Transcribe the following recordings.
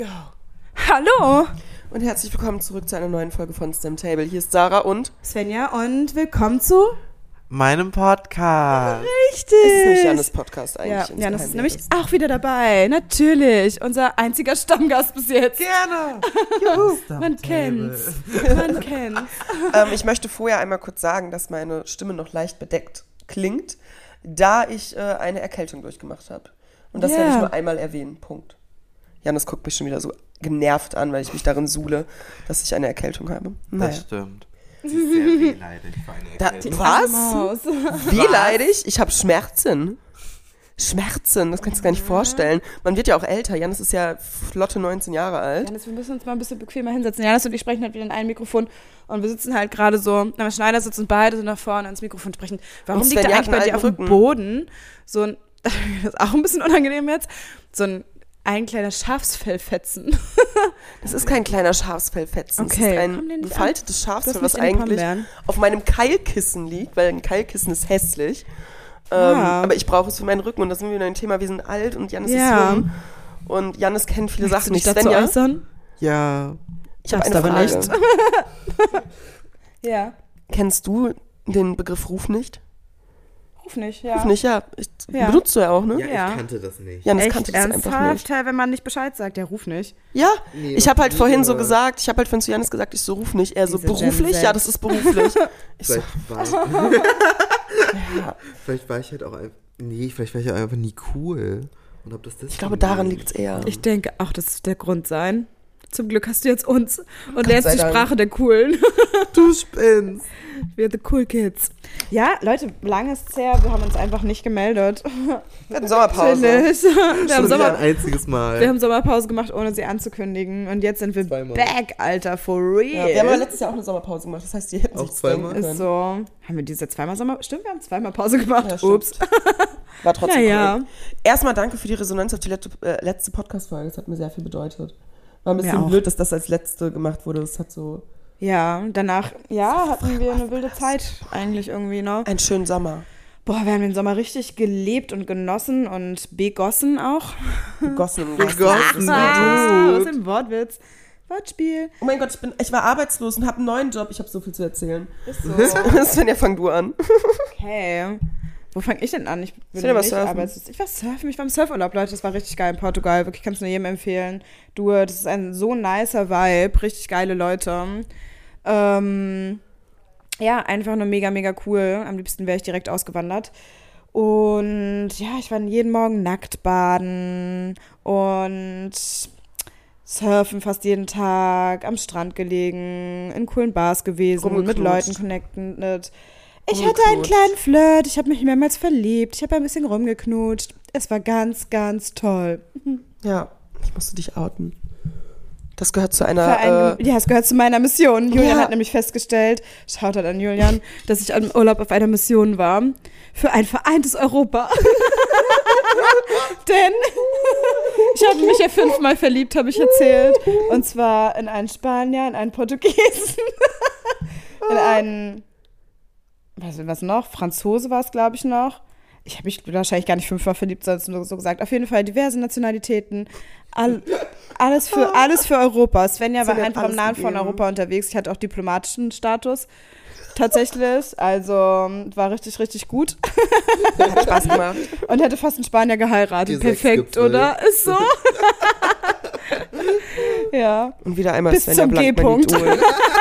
Hallo und herzlich willkommen zurück zu einer neuen Folge von STEM Table. Hier ist Sarah und Svenja und willkommen zu meinem Podcast. Richtig. Es ist nicht Jannes Podcast eigentlich. Ja, Jannes ist nämlich auch wieder dabei. Natürlich, unser einziger Stammgast bis jetzt. Gerne. Man kennt's. Ich möchte vorher einmal kurz sagen, dass meine Stimme noch leicht bedeckt klingt, da ich eine Erkältung durchgemacht habe. Und das werde ich nur einmal erwähnen. Punkt. Jannes guckt mich schon wieder so genervt an, weil ich mich darin suhle, dass ich eine Erkältung habe. Das stimmt. Sie ist sehr wehleidig für eine Erkältung. Was? Wehleidig? Ich habe Schmerzen. Schmerzen, das kannst du gar nicht vorstellen. Man wird ja auch älter. Jannis ist ja flotte 19 Jahre alt. Jannis, wir müssen uns mal ein bisschen bequemer hinsetzen. Jannis und ich sprechen halt wieder in einem Mikrofon und wir sitzen halt gerade so, am Schneidersitz und beide so nach vorne ins Mikrofon sprechen. Warum liegt er eigentlich bei dir auf dem Boden so ein, das ist auch ein bisschen unangenehm jetzt, so ein kleiner Schafsfellfetzen. Das ist kein kleiner Schafsfellfetzen. Okay. Das ist ein gefaltetes Schafsfell, was eigentlich auf meinem Keilkissen liegt, weil ein Keilkissen ist hässlich. Aber ich brauche es für meinen Rücken und da sind wir wieder ein Thema, wir sind alt und Jannis ist jung. Und Jannis kennt viele Sachen nicht. Dazu äußern? Ja. Ich habe eine Frage. Aber nicht. Ja. Kennst du den Begriff Ruf nicht? Ruf nicht, ja. Ruf nicht, ja. Benutzt du ja auch, ne? Ja, ich kannte das nicht. Jannis kannte das einfach nicht. Wenn man nicht Bescheid sagt, der Ruf nicht. Ja, nee, ich habe halt vorhin so gesagt, ich habe halt vorhin zu Jannis gesagt, ich so ruf nicht. Er so, beruflich? Ja, das ist beruflich. Vielleicht war ich halt auch einfach, vielleicht war ich einfach nie cool. Und hab das ich glaube, daran liegt es eher. Ich denke auch, das wird der Grund sein. Zum Glück hast du jetzt uns und lernst die Sprache der Coolen. Du spinnst. Wir the cool kids. Ja, Leute, lange ist es her, wir haben uns einfach nicht gemeldet. Wir hatten Sommerpause. Wir haben ein einziges Mal. Wir haben Sommerpause gemacht, ohne sie anzukündigen. Und jetzt sind wir back, Alter, for real. Ja, wir haben aber letztes Jahr auch eine Sommerpause gemacht. Das heißt, die hätten sich zweimal ist so. Haben wir dieses Jahr zweimal Sommerpause? Stimmt, wir haben zweimal Pause gemacht. Ja, ups. War trotzdem cool. Erstmal danke für die Resonanz auf die letzte Podcast-Folge. Das hat mir sehr viel bedeutet. War ein bisschen blöd, dass das als letzte gemacht wurde. Das hat so... Ja, danach, hatten wir eine wilde Zeit eigentlich irgendwie noch. Einen schönen Sommer. Boah, wir haben den Sommer richtig gelebt und genossen und begossen auch. Begossen. Was ist ein Wortwitz? Wortspiel. Oh mein Gott, ich war arbeitslos und habe einen neuen Job. Ich habe so viel zu erzählen. Ist so. Svenja, fang du an. Okay. Wo fange ich denn an? Ich bin nicht nicht arbeitslos. Ich war surfen, ich war im Surfurlaub, Leute. Das war richtig geil in Portugal. Wirklich, kannst du nur jedem empfehlen. Das ist ein so nicer Vibe. Richtig geile Leute. Ja, einfach nur mega, mega cool. Am liebsten wäre ich direkt ausgewandert. Und ja, ich war jeden Morgen nackt baden und surfen fast jeden Tag, am Strand gelegen, in coolen Bars gewesen, mit Leuten connected. Ich hatte einen kleinen Flirt, ich habe mich mehrmals verliebt, ich habe ein bisschen rumgeknutscht. Es war ganz, ganz toll. Ja, ich musste dich outen. Das gehört zu einer... es gehört zu meiner Mission. Julian hat nämlich festgestellt, schaut an Julian, dass ich im Urlaub auf einer Mission war für ein vereintes Europa. Denn ich habe mich ja 5-mal verliebt, habe ich erzählt. Und zwar in einen Spanier, in einen Portugiesen, in einen... Was noch? Franzose war es, glaube ich, noch. Ich habe mich wahrscheinlich gar nicht 5-mal verliebt, sondern nur so gesagt. Auf jeden Fall diverse Nationalitäten. Alles für Europa. Svenja war einfach im Nahen von Europa unterwegs. Ich hatte auch diplomatischen Status. Tatsächlich. Also war richtig, richtig gut. Hat Spaß gemacht. Und hätte fast einen Spanier geheiratet. Perfekt, oder? Ist so. Ja. Und wieder einmal bis Svenja Blank, mein Idol.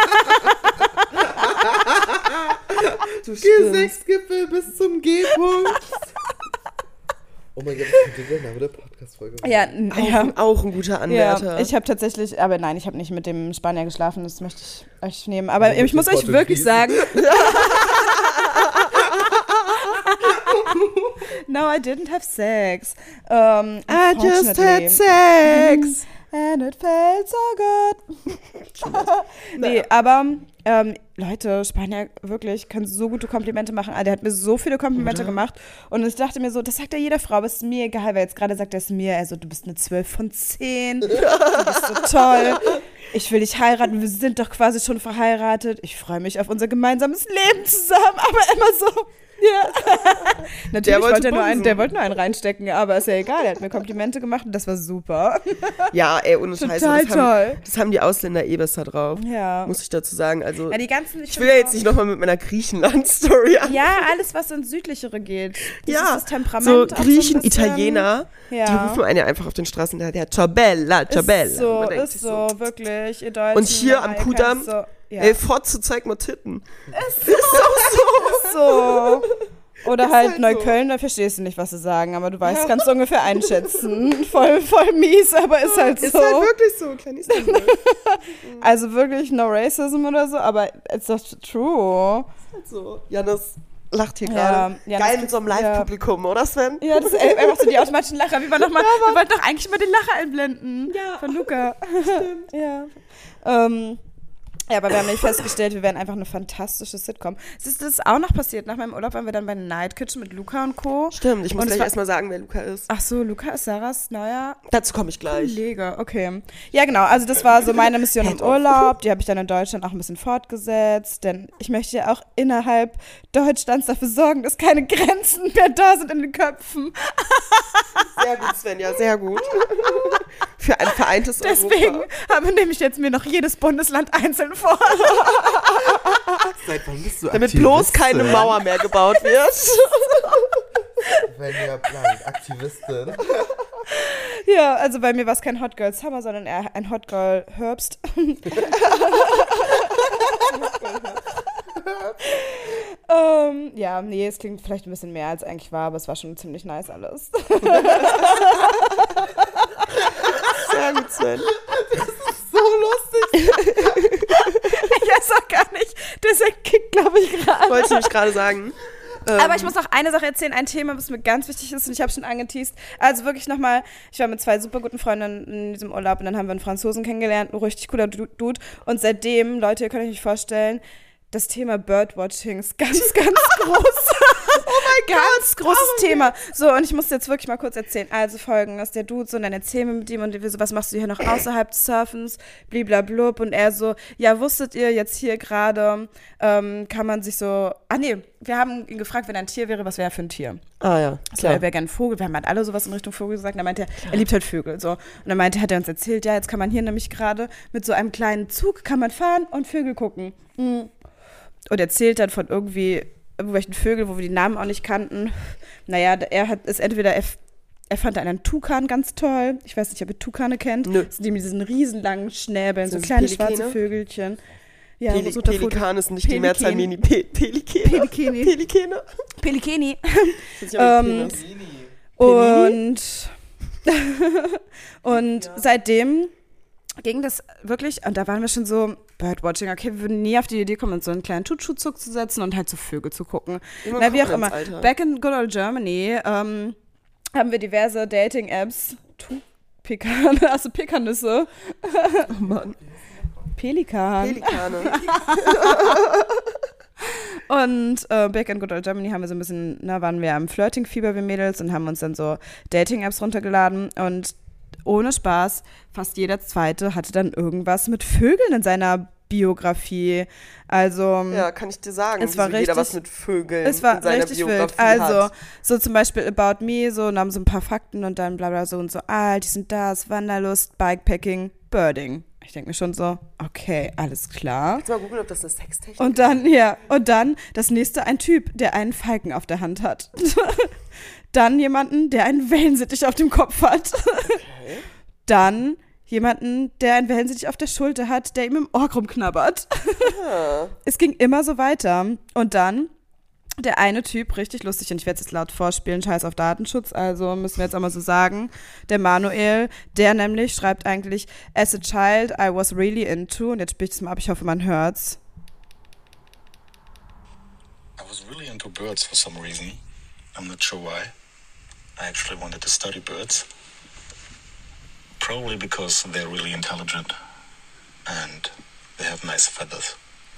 G6-Gipfel bis zum G-Punkt. Oh mein Gott, das könnte der Name der Podcast-Folge sein. Ja, auch ein guter Anwärter. Ja, ich habe tatsächlich, aber nein, ich habe nicht mit dem Spanier geschlafen, das möchte ich euch nehmen. Aber ich muss euch wirklich sagen... No, I didn't have sex. I just had sex. And it felt so good. Nee, aber Leute, Spanier wirklich können so gute Komplimente machen. Der hat mir so viele Komplimente gemacht. Und ich dachte mir so, das sagt ja jeder Frau, aber es ist mir egal, weil jetzt gerade sagt er es mir, also du bist eine 12 von 10. Du bist so toll. Ich will dich heiraten, wir sind doch quasi schon verheiratet. Ich freue mich auf unser gemeinsames Leben zusammen, aber immer so. Natürlich wollte der wollte nur einen reinstecken, aber ist ja egal. Er hat mir Komplimente gemacht und das war super. Ja, ey, ohne Scheiße. Total toll. Das haben die Ausländer besser drauf. Ja. Muss ich dazu sagen. Also, Ja, die ganzen, ich will ja jetzt nicht nochmal mit meiner Griechenland-Story an. Ja, alles, was ins Südlichere geht. Das Ja, ist das Temperament. so auch Griechen, ein bisschen. Italiener, Ja. die rufen einen ja einfach auf den Straßen, der Ciao Bella, Ciao Bella. Ist so, Man denkt ist sich so, wirklich. Ihr Deutschen, Und hier ihr am Icons, Kudamm, so, ja. ey, Fotze, zeig mal Titten. Ist so. Oder Ist halt halt Neukölln, da verstehst du nicht, was sie sagen, aber du weißt, kannst du ungefähr einschätzen. Voll mies, aber ist halt so. Ist halt wirklich so, klein Istanbul. Also wirklich no racism oder so, aber it's just true. Ist halt so. Janis lacht hier Ja, gerade. Janis- Geil mit so einem Live-Publikum, oder Sven? Ja, das ist einfach so die automatischen Lacher. Wir wollten doch eigentlich mal den Lacher einblenden. Ja. Von Luca. Stimmt. Ja. Ja, aber wir haben nicht festgestellt, wir wären einfach eine fantastische Sitcom. Das ist auch noch passiert. Nach meinem Urlaub waren wir dann bei Night Kitchen mit Luca und Co. Stimmt, ich muss Und es gleich war- erstmal sagen, wer Luca ist. Ach so, Luca ist Sarahs neuer Dazu komme ich gleich. Kollege. Okay. Ja, genau. Also das war so meine Mission im Hand auf. Urlaub. Die habe ich dann in Deutschland auch ein bisschen fortgesetzt. Denn ich möchte ja auch innerhalb Deutschlands dafür sorgen, dass keine Grenzen mehr da sind in den Köpfen. Sehr gut, Svenja, sehr gut. Für ein vereintes Deswegen Europa. habe nämlich jetzt mir noch jedes Bundesland einzeln vor. Seit wann bist du Damit bloß keine Aktivistin? Mauer mehr gebaut wird. Wenn ihr bleibt, Aktivistin. Ja, also bei mir war es kein Hot Girl Summer, sondern eher ein Hot Girl Herbst. Ja, nee, es klingt vielleicht ein bisschen mehr als eigentlich war, aber es war schon ziemlich nice alles. Sehr gut, Sven. So lustig. Ich weiß auch gar nicht, der kickt, glaube ich, gerade. Wollte ich nämlich gerade sagen. Aber ich muss noch eine Sache erzählen, ein Thema, was mir ganz wichtig ist und ich habe schon angeteased. Also wirklich nochmal, ich war mit 2 super guten Freundinnen in diesem Urlaub und dann haben wir einen Franzosen kennengelernt, ein richtig cooler Dude. Und seitdem, Leute, ihr könnt euch nicht vorstellen, das Thema Birdwatching ist ganz, ganz groß. Oh mein Gott. Ganz großes Thema. So, und ich muss jetzt wirklich mal kurz erzählen. Also Folgendes, der Dude so, und dann erzählen wir mit ihm und wir so, was machst du hier noch außerhalb des Surfens? Bliblablub. Und er so, ja, wusstet ihr jetzt hier gerade, kann man sich so, wir haben ihn gefragt, wenn er ein Tier wäre, was wäre er für ein Tier? Ah ja, So, er wäre gerne ein Vogel. Wir haben halt alle sowas in Richtung Vogel gesagt. Und dann meinte er liebt halt Vögel. So. Und dann hat er uns erzählt, ja, jetzt kann man hier nämlich gerade mit so einem kleinen Zug kann man fahren und Vögel gucken. Und erzählt dann von irgendwelchen Vögeln, wo wir die Namen auch nicht kannten. Naja, er fand einen Tukan ganz toll. Ich weiß nicht, ob ihr Tukane kennt. Nö. Das sind die mit diesen riesenlangen Schnäbeln, so Sind das kleine Pelikane? schwarze Vögelchen. Ja, so Pelikan ist nicht die Mehrzahl Pelikän. Pelikane. Pelikani. Pelikane. Pelikeni. Das ist ja wie Penis. Und seitdem ging das wirklich, und da waren wir schon so, Birdwatching, okay, wir würden nie auf die Idee kommen, uns so einen kleinen Tutschutzug zu setzen und halt so Vögel zu gucken. Na, wie auch immer. Alter. Back in good old Germany haben wir diverse Dating-Apps, Pekane, also Pekannüsse. Oh Mann. Pelikan. Pelikane. Und Back in Good Old Germany haben wir so ein bisschen, waren wir am Flirting-Fieber, wir Mädels, und haben uns dann so Dating-Apps runtergeladen. Und ohne Spaß, fast jeder Zweite hatte dann irgendwas mit Vögeln in seiner Biografie. Also, Ja, kann ich dir sagen. Es war wieso jeder richtig- was mit Vögeln es war in seiner richtig wild. Biografie Also, hat. so zum Beispiel About Me, so, und haben so ein paar Fakten und dann bla bla so und so alt, die sind das, Wanderlust, Bikepacking, Birding. Ich denke mir schon so, okay, alles klar. Jetzt mal googeln, ob das eine Sextechnik Und dann das nächste, ein Typ, der einen Falken auf der Hand hat. Dann jemanden, der einen Wellensittich auf dem Kopf hat. Okay. Dann jemanden, der einen Wellensittich auf der Schulter hat, der ihm im Ohr rumknabbert. Ah. Es ging immer so weiter. Und dann der eine Typ, richtig lustig, und ich werde es jetzt laut vorspielen, scheiß auf Datenschutz, also müssen wir jetzt auch mal so sagen, der Manuel, der nämlich schreibt eigentlich, as a child I was really into, und jetzt spiele ich es mal ab, ich hoffe, man hört's. I was really into birds for some reason. I'm not sure why. I actually wanted to study birds. Probably because they're really intelligent and they have nice feathers.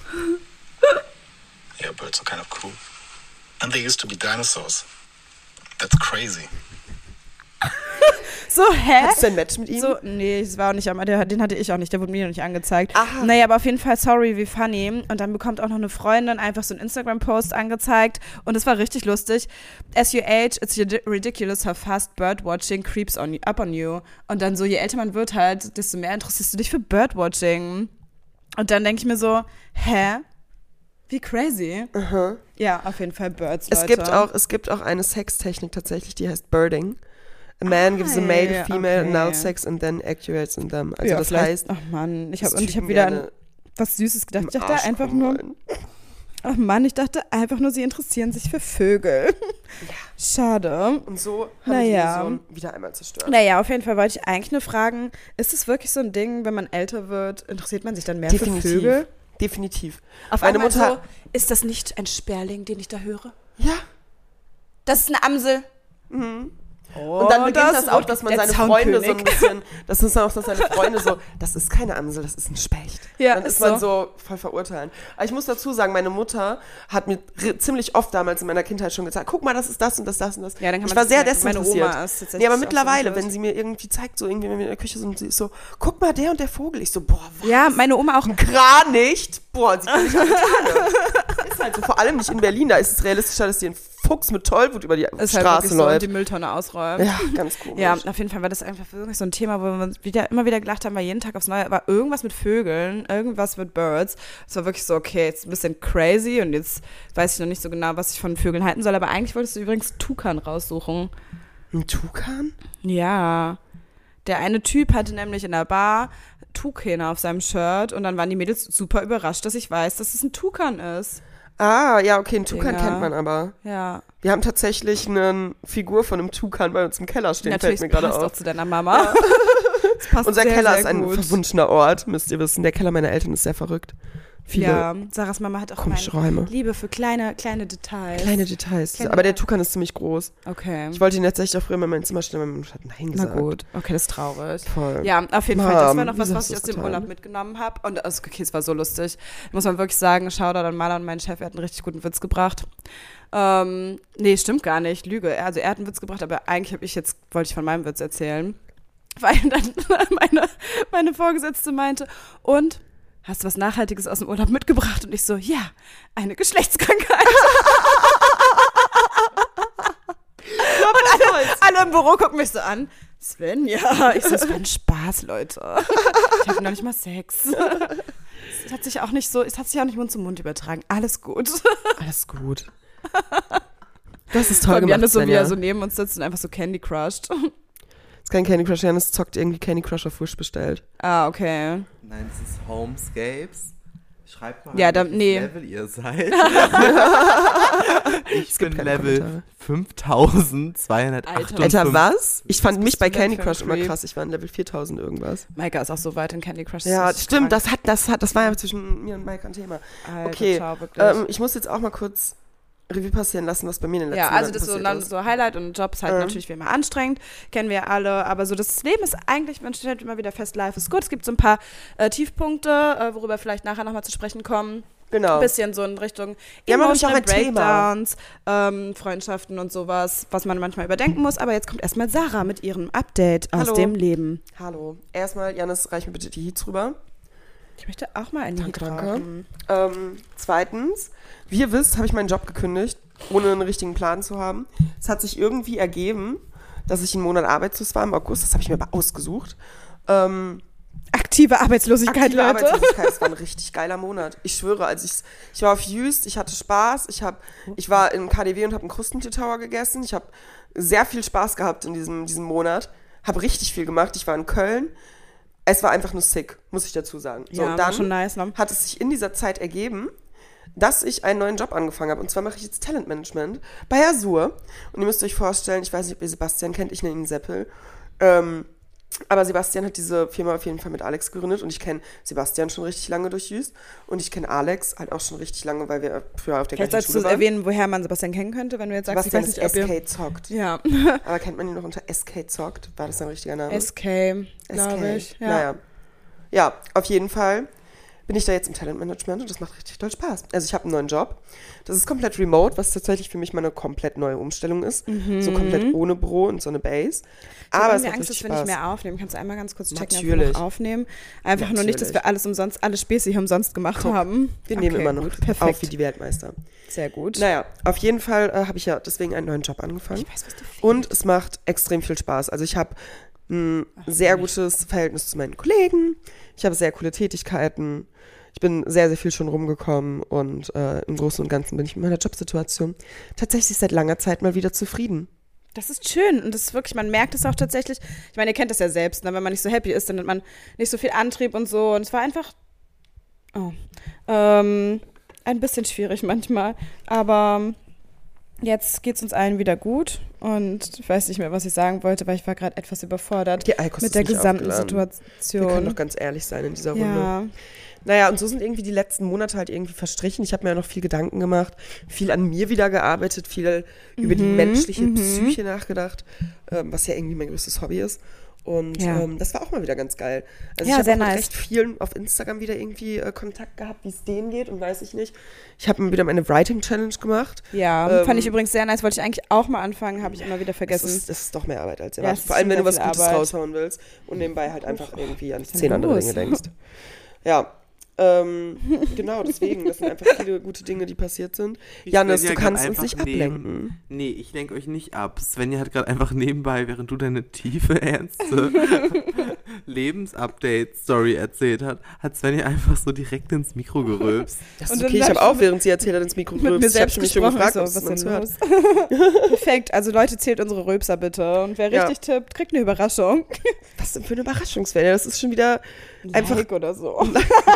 Yeah, birds are kind of cool. And they used to be dinosaurs. That's crazy. So, hä? Hattest du ein Match mit ihm? So, nee, es war auch nicht, aber den hatte ich auch nicht, der wurde mir noch nicht angezeigt. Aha. Naja, aber auf jeden Fall, sorry, wie funny. Und dann bekommt auch noch eine Freundin einfach so einen Instagram-Post angezeigt und es war richtig lustig. As you age, it's ridiculous how fast birdwatching creeps up on you. Und dann so, je älter man wird halt, desto mehr interessierst du dich für Birdwatching. Und dann denke ich mir so, hä? Wie crazy. Aha. Ja, auf jeden Fall Birds, Leute. Es gibt auch eine Sextechnik tatsächlich, die heißt Birding. A man gives a male, female, anal sex and then actuates in them. Also ja, das heißt... Ach Mann, ich habe Typen wieder gerne an was Süßes gedacht. Ich im dachte Arsch einfach kommen nur... wollen. Ach Mann, ich dachte einfach nur, sie interessieren sich für Vögel. Schade. Und so haben die Illusion wieder einmal zerstört. Naja, auf jeden Fall wollte ich eigentlich nur fragen, ist es wirklich so ein Ding, wenn man älter wird, interessiert man sich dann mehr für Vögel? Definitiv. Auf Meine einmal Mutter... so, ist das nicht ein Sperling, den ich da höre? Ja. Das ist eine Amsel. Und dann beginnt das auch, dass man der seine Freunde so ein Zaunkönig. bisschen, das ist auch, dass seine Freunde so, das ist keine Amsel, das ist ein Specht. Ja, dann ist ist man so voll verurteilen. Aber ich muss dazu sagen, meine Mutter hat mir ziemlich oft damals in meiner Kindheit schon gesagt, guck mal, das ist das und das, das und das. Ja, dann kann ich man war das sehr merken. Meine desinteressiert. Oma ist tatsächlich Nee, aber auch so mittlerweile, ein Bild. wenn sie mir irgendwie zeigt, so irgendwie, wenn wir in der Küche sind, sie ist so, guck mal, der und der Vogel. Ich so, boah, was? Ja, meine Oma auch. Ein Kranich? Boah, sieht man nicht alle Tage. Ist halt so, vor allem nicht in Berlin, da ist es realistischer, dass dir ein Fuchs mit Tollwut über die Ist halt Straße wirklich so, und läuft. die Mülltonne ausräumt. Ja, ganz komisch. Ja, auf jeden Fall war das einfach wirklich so ein Thema, wo wir uns immer wieder gelacht haben, weil jeden Tag aufs Neue war irgendwas mit Vögeln, irgendwas mit Birds. Es war wirklich so, okay, jetzt ein bisschen crazy und jetzt weiß ich noch nicht so genau, was ich von Vögeln halten soll, aber eigentlich wolltest du übrigens Tukan raussuchen. Ein Tukan? Ja. Der eine Typ hatte nämlich in der Bar Tukane auf seinem Shirt und dann waren die Mädels super überrascht, dass ich weiß, dass es ein Tukan ist. Ah, ja, okay, einen Tukan Dinger. kennt man aber. Ja. Wir haben tatsächlich eine Figur von einem Tukan bei uns im Keller stehen, Natürlich, fällt mir gerade passt auch auf. zu deiner Mama. Das passt Unser sehr, Keller sehr ist ein gut. verwunschener Ort, müsst ihr wissen. Der Keller meiner Eltern ist sehr verrückt. Viele Ja, Sarahs Mama hat auch komische meine Räume. Liebe für kleine Details. Kleine Details. Kleine- Aber der Tukan ist ziemlich groß. Okay. Ich wollte ihn tatsächlich auch früher mal in mein Zimmer stellen, aber meine Mutter hat Nein Na gesagt. gut, okay, das ist traurig. Voll. Ja, auf jeden Fall, das war noch wie was hast ich du aus das dem getan? Urlaub mitgenommen habe. Und okay, es war so lustig. Muss man wirklich sagen, Shoutout an Maler und meinen Chef, er hat einen richtig guten Witz gebracht. Nee, stimmt gar nicht, Lüge. Also er hat einen Witz gebracht, aber eigentlich wollte ich von meinem Witz erzählen. Weil dann meine Vorgesetzte meinte, und, hast du was Nachhaltiges aus dem Urlaub mitgebracht? Und ich so, ja, eine Geschlechtskrankheit. Alle im Büro gucken mich so an. Sven, ja. Ich so, es war ein Spaß, Leute. Ich hatte noch nicht mal Sex. Es hat sich auch nicht Mund zu Mund übertragen. Alles gut. Alles gut. Das ist toll Jan gemacht, ist so, wie Svenja. er so neben uns sitzt und einfach so Candy crushed. Das ist kein Candy Crush, Janis zockt irgendwie Candy Crush auf Wish bestellt. Ah, okay. Nein, das ist Homescapes. Schreibt mal, Ja, welches nee. Level ihr seid. Ich gibt bin keine Level Kommentare. 5258. Alter, was? Ich fand mich bist bei du denn Candy für ein Crush immer Creep? krass. Ich war in Level 4000 irgendwas. Maika ist auch so weit in Candy Crush. Ja, das ist stimmt. krank. Das war ja zwischen mir und Maika ein Thema. Alter, Okay, ciao, wirklich. ich muss jetzt auch mal kurz Revue passieren lassen, was bei mir in den Ja, letzten also Monaten das so, passiert dann ist. so Highlight und Jobs halt natürlich wie immer anstrengend, kennen wir alle, aber so das Leben ist eigentlich, man stellt immer wieder fest, life ist gut. Es gibt so ein paar Tiefpunkte, worüber wir vielleicht nachher nochmal zu sprechen kommen. Genau. Ein bisschen so in Richtung Wir haben nämlich auch Emotional ein Thema. Breakdowns, Freundschaften und sowas, was man manchmal überdenken muss. Aber jetzt kommt erstmal Sarah mit ihrem Update aus Hallo. dem Leben. Hallo. Erstmal, Janis, reich mir bitte die Heats rüber. Ich möchte auch mal einen Lied Danke. tragen. Zweitens, wie ihr wisst, habe ich meinen Job gekündigt, ohne einen richtigen Plan zu haben. Es hat sich irgendwie ergeben, dass ich einen Monat arbeitslos war im August. Das habe ich mir aber ausgesucht. Aktive Arbeitslosigkeit, Aktive Leute. Arbeitslosigkeit, es war ein richtig geiler Monat. Ich schwöre, als ich war auf Jüst, ich hatte Spaß, ich war in KDW und habe einen Krustentier-Tower gegessen. Ich habe sehr viel Spaß gehabt in diesem Monat. Habe richtig viel gemacht. Ich war in Köln. Es war einfach nur sick, muss ich dazu sagen. So, Ja, und war dann schon nice, ne? hat es sich in dieser Zeit ergeben, dass ich einen neuen Job angefangen habe. Und zwar mache ich jetzt Talentmanagement bei Azur. Und ihr müsst euch vorstellen, ich weiß nicht, ob ihr Sebastian kennt, ich nenne ihn Seppel. Aber Sebastian hat diese Firma auf jeden Fall mit Alex gegründet und ich kenne Sebastian schon richtig lange durch Jüst und ich kenne Alex halt auch schon richtig lange, weil wir früher auf der Vielleicht gleichen solltest du Schule waren. erwähnen, woher man Sebastian kennen könnte, wenn du jetzt sagst, Sebastian ich weiß nicht, ob ihr... SK zockt. Ja, Aber kennt man ihn noch unter SK zockt? War das sein richtiger Name? SK, glaube ich. Ja. Naja. Ja, auf jeden Fall bin ich da jetzt im Talentmanagement und das macht richtig doll Spaß. Also ich habe einen neuen Job. Das ist komplett remote, was tatsächlich für mich mal eine komplett neue Umstellung ist. So komplett ohne Büro und so eine Base. Aber es macht Angst, richtig dass wir nicht Spaß. mehr aufnehmen. Kannst du einmal ganz kurz checken, ob Natürlich. wir noch aufnehmen? Einfach nur nicht, dass wir alles umsonst, alle Späße hier umsonst gemacht haben. Wir nehmen immer noch perfekt. auf wie die Weltmeister. Sehr gut. Naja, auf jeden Fall habe ich ja deswegen einen neuen Job angefangen. Ich weiß, was du fehlt. Und es macht extrem viel Spaß. Also ich habe ein sehr gutes Verhältnis zu meinen Kollegen. Ich habe sehr coole Tätigkeiten. Ich bin sehr, sehr viel schon rumgekommen und im Großen und Ganzen bin ich mit meiner Jobsituation tatsächlich seit langer Zeit mal wieder zufrieden. Das ist schön und das ist wirklich, man merkt es auch tatsächlich. Ich meine, ihr kennt das ja selbst, ne? Wenn man nicht so happy ist, dann hat man nicht so viel Antrieb und so. Und es war einfach ein bisschen schwierig manchmal. Aber jetzt geht es uns allen wieder gut und ich weiß nicht mehr, was ich sagen wollte, weil ich war gerade etwas überfordert Die Eikos mit ist der nicht gesamten aufgeladen. Situation. Wir können doch ganz ehrlich sein in dieser Runde. Ja. Naja, und so sind irgendwie die letzten Monate halt irgendwie verstrichen. Ich habe mir ja noch viel Gedanken gemacht, viel an mir wieder gearbeitet, viel über die menschliche Psyche nachgedacht, was ja irgendwie mein größtes Hobby ist. Und das war auch mal wieder ganz geil. Also Ja, ich sehr habe auch mit nice. recht vielen auf Instagram wieder irgendwie Kontakt gehabt, wie es denen geht und weiß ich nicht. Ich habe mal wieder meine Writing-Challenge gemacht. Ja, fand ich übrigens sehr nice, wollte ich eigentlich auch mal anfangen, habe ich immer wieder vergessen. Das ist doch mehr Arbeit als Ja, erwartet. es ist Vor allem, wenn du sehr was viel Gutes Arbeit. raushauen willst und nebenbei halt einfach irgendwie an denn 10 andere los? Dinge denkst. Ja, genau, deswegen. Das sind einfach viele gute Dinge, die passiert sind. Janis, du kannst uns nicht ablenken. Nee, ich lenke euch nicht ab. Svenja hat gerade einfach nebenbei, während du deine tiefe, ernste Lebensupdate-Story erzählt hast, hat Svenja einfach so direkt ins Mikro gerülpst. Das Und ist dann okay, ich hab habe ich auch, während sie erzählt hat, ins Mikro mit mir gerülpst. Ich habe selbst mich schon gesprochen, gefragt, so, ob es was man denn hört. los? Perfekt, also Leute, zählt unsere Rülpser bitte und wer Ja. richtig tippt, kriegt eine Überraschung. Was denn für eine Überraschungswelle? Das ist schon wieder einfach... Like oder so.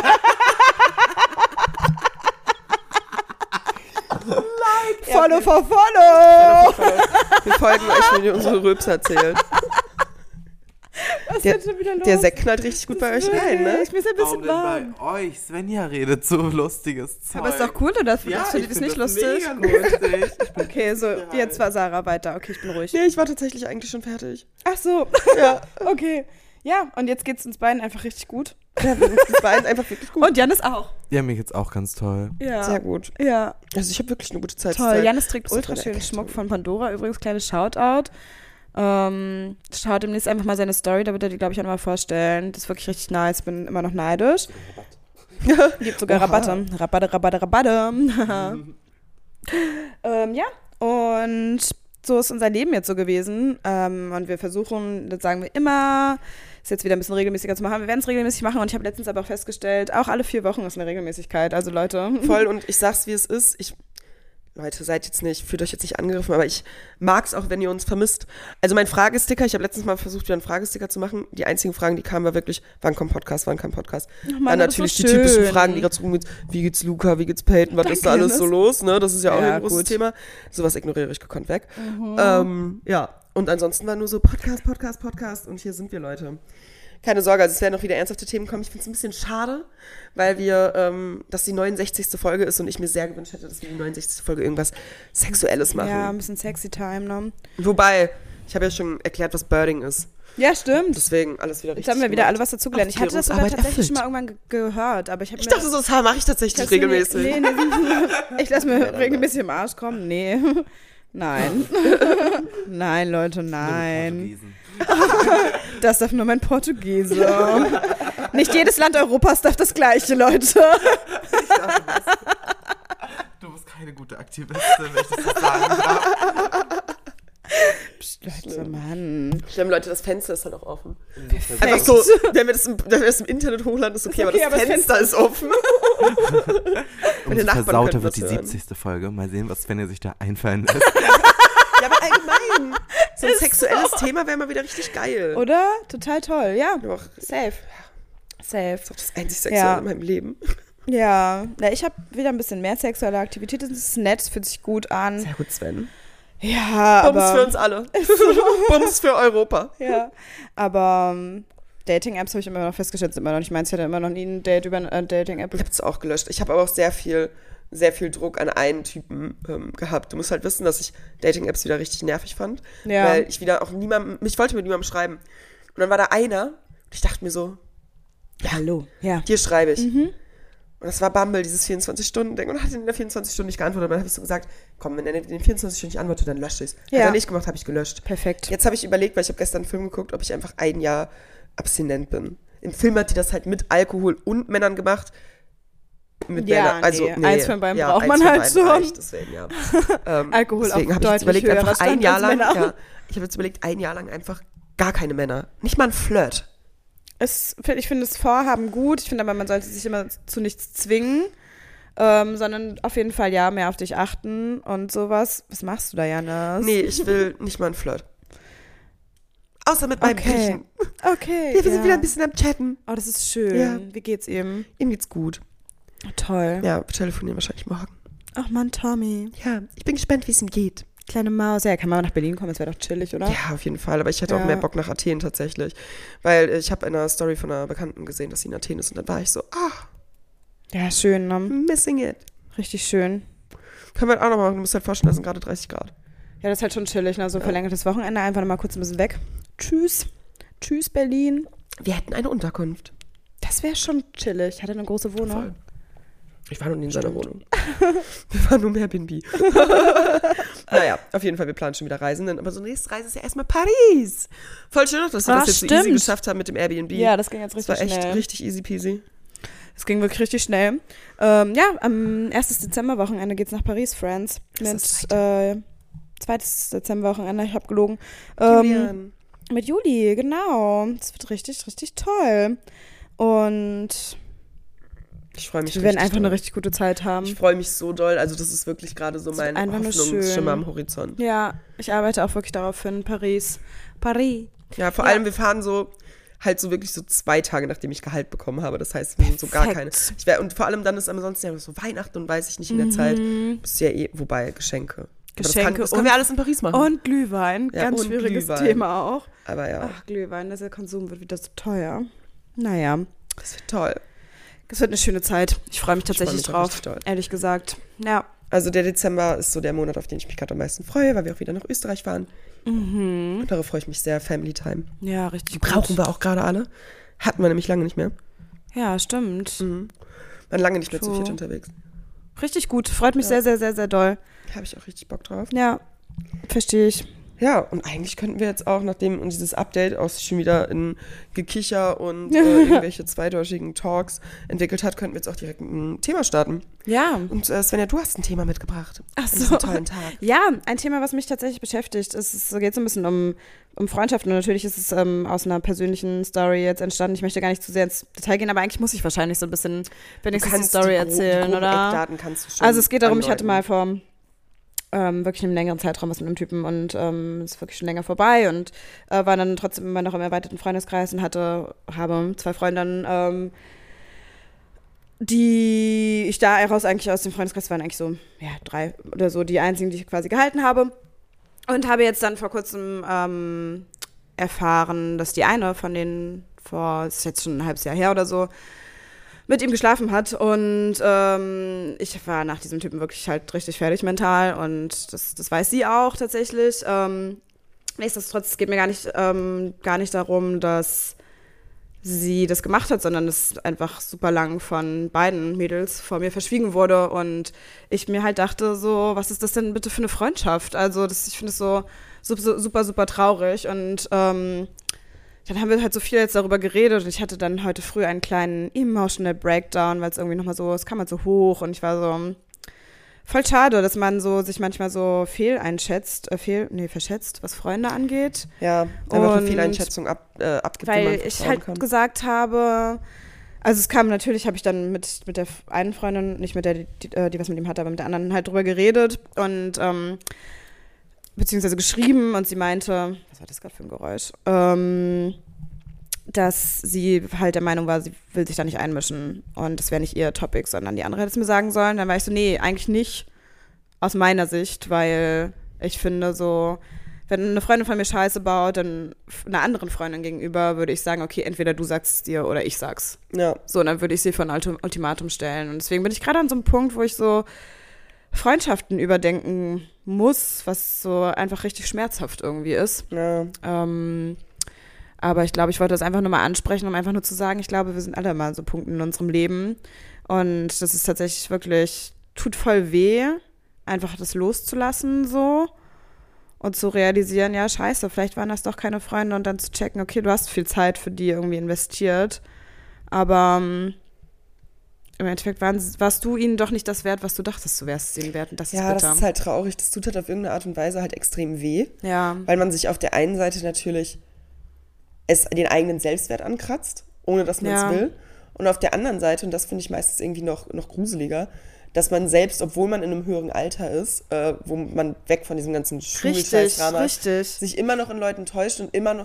Follow for follow! Wir folgen euch, wenn ihr unsere Rülpser erzählt. Was ist denn schon wieder los? Der Sekt knallt richtig gut bei euch rein, ne? Ich bin ein Warum bisschen denn warm. bei euch? Svenja redet so lustiges Zeug. Aber ist doch cool, oder? Ja, Findet ich ihr das find nicht lustig? mega lustig. Ich bin Okay, so, jetzt war Sarah weiter. Okay, ich bin ruhig. Nee, ich war tatsächlich eigentlich schon fertig. Ach so. Ja, Okay. Ja, und jetzt geht's uns beiden einfach richtig gut. ja das war einfach wirklich gut. Und Janis auch. Ja, mir geht's auch ganz toll. Ja. Sehr gut. Ja, Also ich habe wirklich eine gute Zeit. toll. Janis trägt Das ist ultra meine schönen Erkältung. Schmuck von Pandora. Übrigens, kleines Shoutout. Schaut demnächst einfach mal seine Story, da wird er die, glaube ich, auch nochmal vorstellen. Das ist wirklich richtig nice. Bin immer noch neidisch. Gibt sogar Rabatte. Rabatte. Ja, und so ist unser Leben jetzt so gewesen. Und wir versuchen, das sagen wir immer, es jetzt wieder ein bisschen regelmäßiger zu machen. Wir werden es regelmäßig machen und ich habe letztens aber auch festgestellt, auch alle 4 Wochen ist eine Regelmäßigkeit. Also Leute. Voll, und ich sag's, wie es ist. Leute, fühlt euch jetzt nicht angegriffen, aber ich mag's auch, wenn ihr uns vermisst. Also mein Fragesticker, ich habe letztens mal versucht, wieder einen Fragesticker zu machen. Die einzigen Fragen, die kamen, war wirklich, wann kommt Podcast, wann kam Podcast? Mann, Dann das ist natürlich so die typischen schön. Fragen, die gerade so rumgehen. Wie geht's Luca, wie geht's Peyton, was ist da Danke, alles so Janis. los? Ne? Das ist ja auch Ja, ein großes gut. Thema. Sowas ignoriere ich gekonnt weg. Ja, und ansonsten war nur so Podcast. Und hier sind wir, Leute. Keine Sorge, also es werden noch wieder ernsthafte Themen kommen. Ich finde es ein bisschen schade, weil dass die 69. Folge ist und ich mir sehr gewünscht hätte, dass wir die 69. Folge irgendwas Sexuelles machen. Ja, ein bisschen sexy time, ne? Wobei, ich habe ja schon erklärt, was Birding ist. Ja, stimmt. Deswegen alles wieder richtig. Jetzt haben wir wieder gemacht. alle was dazugelernt. Ich hatte das sogar Aufklärungsarbeit tatsächlich schon mal erfüllt. irgendwann gehört, aber ich habe Ich dachte, so, das mache ich tatsächlich regelmäßig. Nee. Ich lasse mir regelmäßig im Arsch kommen. Nee. Nein. Nein, Leute, nein. Das darf nur mein Portugiese. Nicht jedes Land Europas darf das Gleiche, Leute. Du bist keine gute Aktivistin, wenn ich das so sagen darf. Psst, Leute, Mann. Stimmt, Leute, das Fenster ist halt auch offen. Perfekt. Einfach so, wenn wir das im Internet hochladen, ist okay, okay, aber aber das das Fenster ist offen. Umso Nachbarn versauter könnten wird die das hören. 70. Folge. Mal sehen, was Svenja sich da einfallen lässt. Ja, aber allgemein. So ein sexuelles Thema wäre mal wieder richtig geil. Oder? Total toll, ja. Doch, Safe. Safe. das ist das einzig Sexuelle Ja. in meinem Leben. Ja, ich habe wieder ein bisschen mehr sexuelle Aktivität. Das ist nett, fühlt sich gut an. Sehr gut, Sven. Ja, Bums aber... für uns alle. Bums für Europa. Ja, aber Dating-Apps habe ich immer noch festgestellt, sind immer noch nicht meins. Ich hatte immer noch nie ein Date über eine Dating-App. Ich habe es auch gelöscht. Ich habe aber auch sehr viel Druck an einen Typen gehabt. Du musst halt wissen, dass ich Dating-Apps wieder richtig nervig fand. Ja. Weil ich wieder auch ich wollte mit niemandem schreiben. Und dann war da einer, und ich dachte mir so, Ja, hallo. Ja. dir schreibe ich. Und das war Bumble, dieses 24-Stunden-Ding. Und hat in der 24 Stunden nicht geantwortet. Dann habe ich so gesagt, komm, wenn er in den 24 Stunden nicht antwortet, dann lösche ich es. Ja. Hat er nicht gemacht, habe ich gelöscht. Perfekt. Jetzt habe ich überlegt, weil ich habe gestern einen Film geguckt, ob ich einfach ein Jahr abstinent bin. Im Film hat die das halt mit Alkohol und Männern gemacht. Mit Ja, Männern, also nee, eins von beiden braucht eins man von halt beiden schon. Reicht, deswegen, ja. Alkohol deswegen auch habe ich jetzt deutlich überlegt, höherer einfach ein Stand Jahr als lang, Männer. ja, ich habe jetzt überlegt, ein Jahr lang einfach gar keine Männer. Nicht mal ein Flirt. Ich finde das Vorhaben gut. Ich finde aber, man sollte sich immer zu nichts zwingen, sondern auf jeden Fall ja mehr auf dich achten und sowas. Was machst du da, Janis? Nee, ich will nicht mal einen Flirt. Außer mit meinem Griechen. Okay. Wir sind wieder ein bisschen am Chatten. Oh, das ist schön. Ja. Wie geht's ihm? Ihm geht's gut. Oh, toll. Ja, wir telefonieren wahrscheinlich morgen. Ach Mann, Tommy. Ja, ich bin gespannt, wie es ihm geht. Kleine Maus. Ja, kann man nach Berlin kommen, das wäre doch chillig, oder? Ja, auf jeden Fall. Aber ich hätte auch Ja. mehr Bock nach Athen tatsächlich. Weil ich habe in einer Story von einer Bekannten gesehen, dass sie in Athen ist. Und dann war ich so, Ja, schön, ne? missing it. Richtig schön. Können wir halt auch noch machen. Du musst halt vorstellen, das sind gerade 30 Grad. Ja, das ist halt schon chillig, ne? So verlängertes Wochenende, einfach noch mal kurz ein bisschen weg. Tschüss. Tschüss, Berlin. Wir hätten eine Unterkunft. Das wäre schon chillig. Hat er eine große Wohnung? Voll. Ich war noch nie in seiner Wohnung. Wir waren nur im Airbnb. Naja, auf jeden Fall, wir planen schon wieder Reisen. Aber so nächste Reise ist ja erstmal Paris. Voll schön, dass wir das jetzt so easy stimmt. geschafft haben mit dem Airbnb. Ja, das ging jetzt Das richtig war echt schnell. richtig easy peasy. Es ging wirklich richtig schnell. Ja, am 1. Dezember-Wochenende geht's nach Paris, Friends. Das Mit 2. Dezember-Wochenende, ich habe gelogen. Julian. Mit Juli, genau. Das wird richtig, richtig toll. Und Ich freue mich wir werden richtig einfach eine doll. richtig gute Zeit haben. Ich freue mich so doll. Also das ist wirklich gerade so Es mein wird einfach nur Hoffnungsschimmer schön. am Horizont. Ja, ich arbeite auch wirklich darauf hin. Paris. Ja, vor allem, wir fahren so halt so wirklich so 2 Tage, nachdem ich Gehalt bekommen habe. Das heißt, wir sind so gar keine. Perfekt. Und vor allem dann ist ansonsten ja so Weihnachten und weiß ich nicht in der Zeit. Bist ja wobei, Geschenke. Aber Geschenke das können wir alles in Paris machen. Und Glühwein. Ja, Ganz und schwieriges Glühwein. Thema auch. Aber ja, Ach, Glühwein, der Konsum wird wieder so teuer. Naja, das wird toll. es wird eine schöne Zeit. Ich freue mich tatsächlich mich auch drauf, richtig doll. ehrlich gesagt. Ja. Also der Dezember ist so der Monat, auf den ich mich gerade am meisten freue, weil wir auch wieder nach Österreich fahren. Und darauf freue ich mich sehr. Family Time. Ja, richtig Brauchen gut. wir auch gerade alle. Hatten wir nämlich lange nicht mehr. Ja, stimmt. Waren lange nicht mehr zu So. viert unterwegs. Richtig gut. Freut mich sehr, sehr, sehr, sehr doll. Habe ich auch richtig Bock drauf. Ja, verstehe ich. Ja, und eigentlich könnten wir jetzt auch, nachdem uns dieses Update auch sich schon wieder in Gekicher und irgendwelche zweideutschigen Talks entwickelt hat, könnten wir jetzt auch direkt mit einem Thema starten. Ja. Und Svenja, du hast ein Thema mitgebracht. Ach An so. diesem tollen Tag. Ja, ein Thema, was mich tatsächlich beschäftigt, es geht so ein bisschen um Freundschaften. Und natürlich ist es aus einer persönlichen Story jetzt entstanden. Ich möchte gar nicht zu sehr ins Detail gehen, aber eigentlich muss ich wahrscheinlich so ein bisschen wenigstens die Story erzählen, groben oder? Eckdaten kannst du schon Also es geht darum, ich hatte andeuten. mal vor wirklich einem längeren Zeitraum was mit einem Typen und ist wirklich schon länger vorbei und war dann trotzdem immer noch im erweiterten Freundeskreis und habe 2 Freundinnen, die ich da heraus eigentlich aus dem Freundeskreis waren eigentlich so, ja, 3 oder so, die einzigen, die ich quasi gehalten habe. Und habe jetzt dann vor kurzem erfahren, dass die eine von denen das ist jetzt schon ein halbes Jahr her oder so, mit ihm geschlafen hat und ich war nach diesem Typen wirklich halt richtig fertig mental und das weiß sie auch tatsächlich. Nichtsdestotrotz, es geht mir gar nicht darum, dass sie das gemacht hat, sondern es einfach super lang von beiden Mädels vor mir verschwiegen wurde und ich mir halt dachte so, was ist das denn bitte für eine Freundschaft? Also ich finde es so super, super traurig und dann haben wir halt so viel jetzt darüber geredet und ich hatte dann heute früh einen kleinen emotional Breakdown, weil es irgendwie nochmal so, es kam halt so hoch und ich war so, voll schade, dass man so sich manchmal so verschätzt, was Freunde angeht. Ja, einfach eine Und Fehleinschätzung abgibt, weil man ich vertrauen halt kann. gesagt habe, also es kam natürlich, habe ich dann mit der einen Freundin, nicht mit der, die was mit ihm hatte, aber mit der anderen halt drüber geredet und beziehungsweise geschrieben und sie meinte, was war das gerade für ein Geräusch, dass sie halt der Meinung war, sie will sich da nicht einmischen und das wäre nicht ihr Topic, sondern die andere hätte es mir sagen sollen. Dann war ich so, nee, eigentlich nicht aus meiner Sicht, weil ich finde so, wenn eine Freundin von mir Scheiße baut, dann einer anderen Freundin gegenüber würde ich sagen, okay, entweder du sagst es dir oder ich sag's. Ja. So, und dann würde ich sie vor ein Ultimatum stellen. Und deswegen bin ich gerade an so einem Punkt, wo ich so Freundschaften überdenken muss, was so einfach richtig schmerzhaft irgendwie ist. Ja. Aber ich glaube, ich wollte das einfach nur mal ansprechen, um einfach nur zu sagen, ich glaube, wir sind alle mal so Punkte in unserem Leben. Und das ist tatsächlich wirklich, tut voll weh, einfach das loszulassen so. Und zu realisieren, ja, scheiße, vielleicht waren das doch keine Freunde und dann zu checken, okay, du hast viel Zeit für die irgendwie investiert, aber im Endeffekt warst du ihnen doch nicht das wert, was du dachtest, du wärst ihnen wert und das ist bitter. Das ist halt traurig, das tut halt auf irgendeine Art und Weise halt extrem weh, ja. Weil man sich auf der einen Seite natürlich den eigenen Selbstwert ankratzt, ohne dass man es will, und auf der anderen Seite, und das finde ich meistens irgendwie noch gruseliger, dass man selbst, obwohl man in einem höheren Alter ist, wo man weg von diesem ganzen Schulscheiß-Drama ist, sich immer noch in Leuten täuscht und immer noch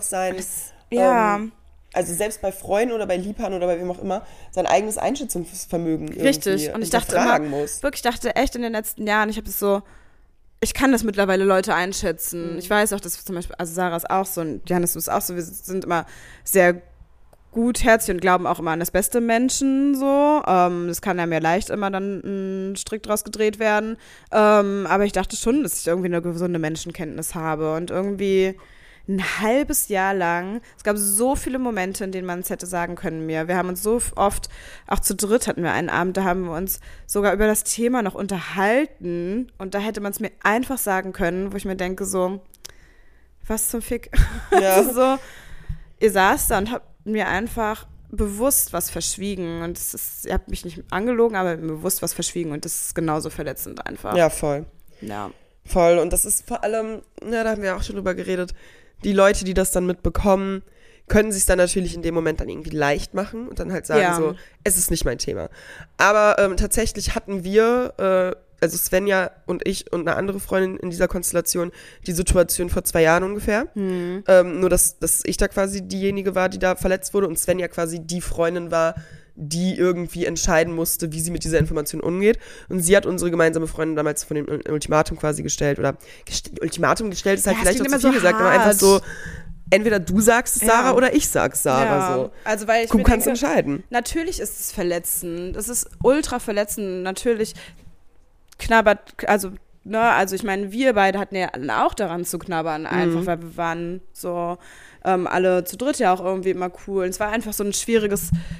also selbst bei Freunden oder bei Liebhabern oder bei wem auch immer, sein eigenes Einschätzungsvermögen irgendwie und ich dachte dachte echt in den letzten Jahren, ich kann das mittlerweile Leute einschätzen. Ich weiß auch, dass zum Beispiel, also Sarah ist auch so und Johannes ist auch so, wir sind immer sehr gutherzig und glauben auch immer an das Beste im Menschen, so. Das kann ja mir leicht immer dann ein Strick draus gedreht werden. Aber ich dachte schon, dass ich irgendwie eine gesunde Menschenkenntnis habe und irgendwie ein halbes Jahr lang, es gab so viele Momente, in denen man es hätte sagen können mir. Wir haben uns so oft, auch zu dritt hatten wir einen Abend, da haben wir uns sogar über das Thema noch unterhalten und da hätte man es mir einfach sagen können, wo ich mir denke so, was zum Fick? Ja. Also so, ihr saßt da und habt mir einfach bewusst was verschwiegen und ihr habt mich nicht angelogen, aber mir bewusst was verschwiegen und das ist genauso verletzend einfach. Ja, voll. Ja. Voll und das ist vor allem, da haben wir auch schon drüber geredet, die Leute, die das dann mitbekommen, können sich dann natürlich in dem Moment dann irgendwie leicht machen und dann halt sagen so, es ist nicht mein Thema. Aber tatsächlich hatten wir, also Svenja und ich und eine andere Freundin in dieser Konstellation, die Situation vor 2 Jahren ungefähr. Nur, dass ich da quasi diejenige war, die da verletzt wurde und Svenja quasi die Freundin war, die irgendwie entscheiden musste, wie sie mit dieser Information umgeht. Und sie hat unsere gemeinsame Freundin damals von dem Ultimatum quasi gestellt. Oder Ultimatum gestellt ist halt vielleicht auch zu viel gesagt, aber einfach so, entweder du sagst es Sarah oder ich sag's Sarah. So. Also, weil du kannst entscheiden. Natürlich ist es verletzend. Es ist ultra verletzend. Natürlich knabbert, also ich meine, wir beide hatten ja auch daran zu knabbern, einfach, weil wir waren so alle zu dritt ja auch irgendwie immer cool. Und es war einfach so eine schwierige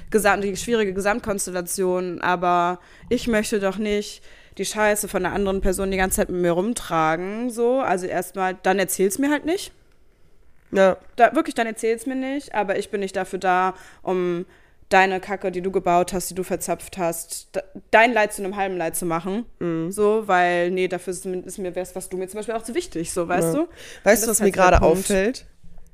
Gesamtkonstellation, aber ich möchte doch nicht die Scheiße von einer anderen Person die ganze Zeit mit mir rumtragen, so. Also erstmal, dann erzähl's mir halt nicht. Ja. Dann erzähl's mir nicht, aber ich bin nicht dafür da, um deine Kacke, die du gebaut hast, die du verzapft hast, dein Leid zu einem halben Leid zu machen. So, weil, nee, dafür ist mir was du mir zum Beispiel auch zu wichtig, so, weißt du? Weißt du, was mir gerade auffällt?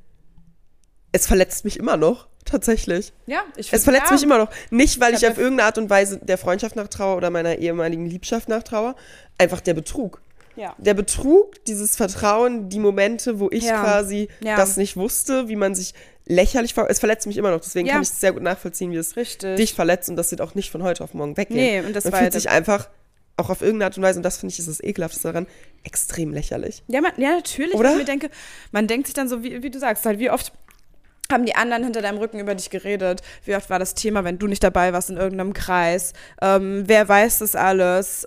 Es verletzt mich immer noch, tatsächlich. Ja, es verletzt mich immer noch. Nicht, weil ich auf irgendeine Art und Weise der Freundschaft nachtraue oder meiner ehemaligen Liebschaft nachtraue. Einfach der Betrug. Ja. Der Betrug, dieses Vertrauen, die Momente, wo ich quasi das nicht wusste, wie man sich lächerlich es verletzt mich immer noch. Deswegen kann ich es sehr gut nachvollziehen, wie es dich verletzt. Und das wird auch nicht von heute auf morgen weggehen. Nee, und das man fühlt sich einfach auch auf irgendeine Art und Weise, und das finde ich ist das Ekelhafteste daran, extrem lächerlich. Ja, natürlich. Oder? Ich mir denke, man denkt sich dann so, wie du sagst, halt, wie oft haben die anderen hinter deinem Rücken über dich geredet? Wie oft war das Thema, wenn du nicht dabei warst in irgendeinem Kreis? Wer weiß das alles?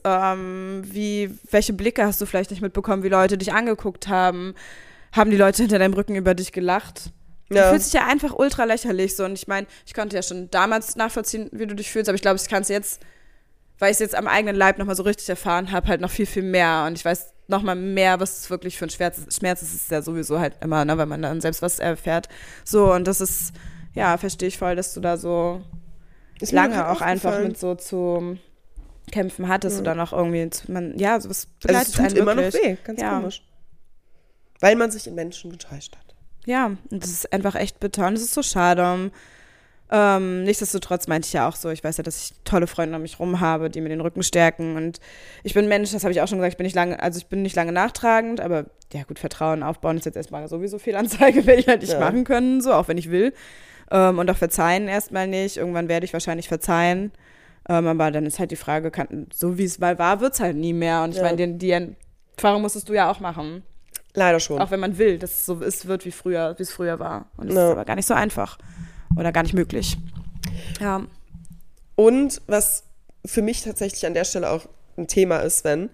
Welche Blicke hast du vielleicht nicht mitbekommen, wie Leute dich angeguckt haben? Haben die Leute hinter deinem Rücken über dich gelacht? Du fühlst dich ja einfach ultra lächerlich so. Und ich meine, ich konnte ja schon damals nachvollziehen, wie du dich fühlst, aber ich glaube, ich kann es jetzt, weil ich es jetzt am eigenen Leib nochmal so richtig erfahren habe, halt noch viel, viel mehr. Und ich weiß nochmal mehr, was es wirklich für ein Schmerz ist. Es ist ja sowieso halt immer, ne, wenn man dann selbst was erfährt. So, und das ist, ja, verstehe ich voll, dass du da so lange auch einfach mit so zu kämpfen hattest oder noch irgendwie, sowas begleitet also es tut immer wirklich. noch weh, ganz komisch. Weil man sich in Menschen getäuscht hat. Ja, und das ist einfach echt bitter und es ist so schade. Nichtsdestotrotz meinte ich ja auch so, ich weiß ja, dass ich tolle Freunde um mich rum habe, die mir den Rücken stärken und ich bin ein Mensch, das habe ich auch schon gesagt, ich bin nicht lange nachtragend, aber ja gut, Vertrauen aufbauen ist jetzt erstmal sowieso Fehlanzeige, werde ich halt nicht machen können, so, auch wenn ich will. Und auch verzeihen erstmal nicht, irgendwann werde ich wahrscheinlich verzeihen, aber dann ist halt die Frage, so wie es mal war, wird es halt nie mehr und ich meine, die Erfahrung musstest du ja auch machen. Leider schon. Auch wenn man will, dass es so wird, wie es früher war und das ist aber gar nicht so einfach. Oder gar nicht möglich. Ja. Und was für mich tatsächlich an der Stelle auch ein Thema ist, Sven,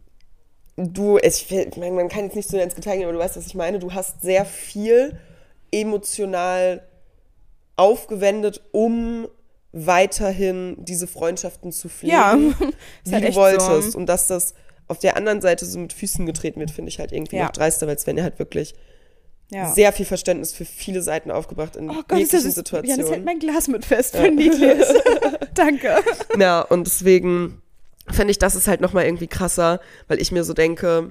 man kann jetzt nicht so ins Detail gehen, aber du weißt, was ich meine, du hast sehr viel emotional aufgewendet, um weiterhin diese Freundschaften zu pflegen, Ja, wie halt du echt wolltest. so. Und dass das auf der anderen Seite so mit Füßen getreten wird, finde ich halt irgendwie Ja. noch dreister, weil Svenja halt wirklich Ja. sehr viel Verständnis für viele Seiten aufgebracht in Oh Gott, jeglichen ja, das hält Situationen. mein Glas mit fest, für niedlich. Danke. Ja, und deswegen finde ich, das ist halt nochmal irgendwie krasser, weil ich mir so denke,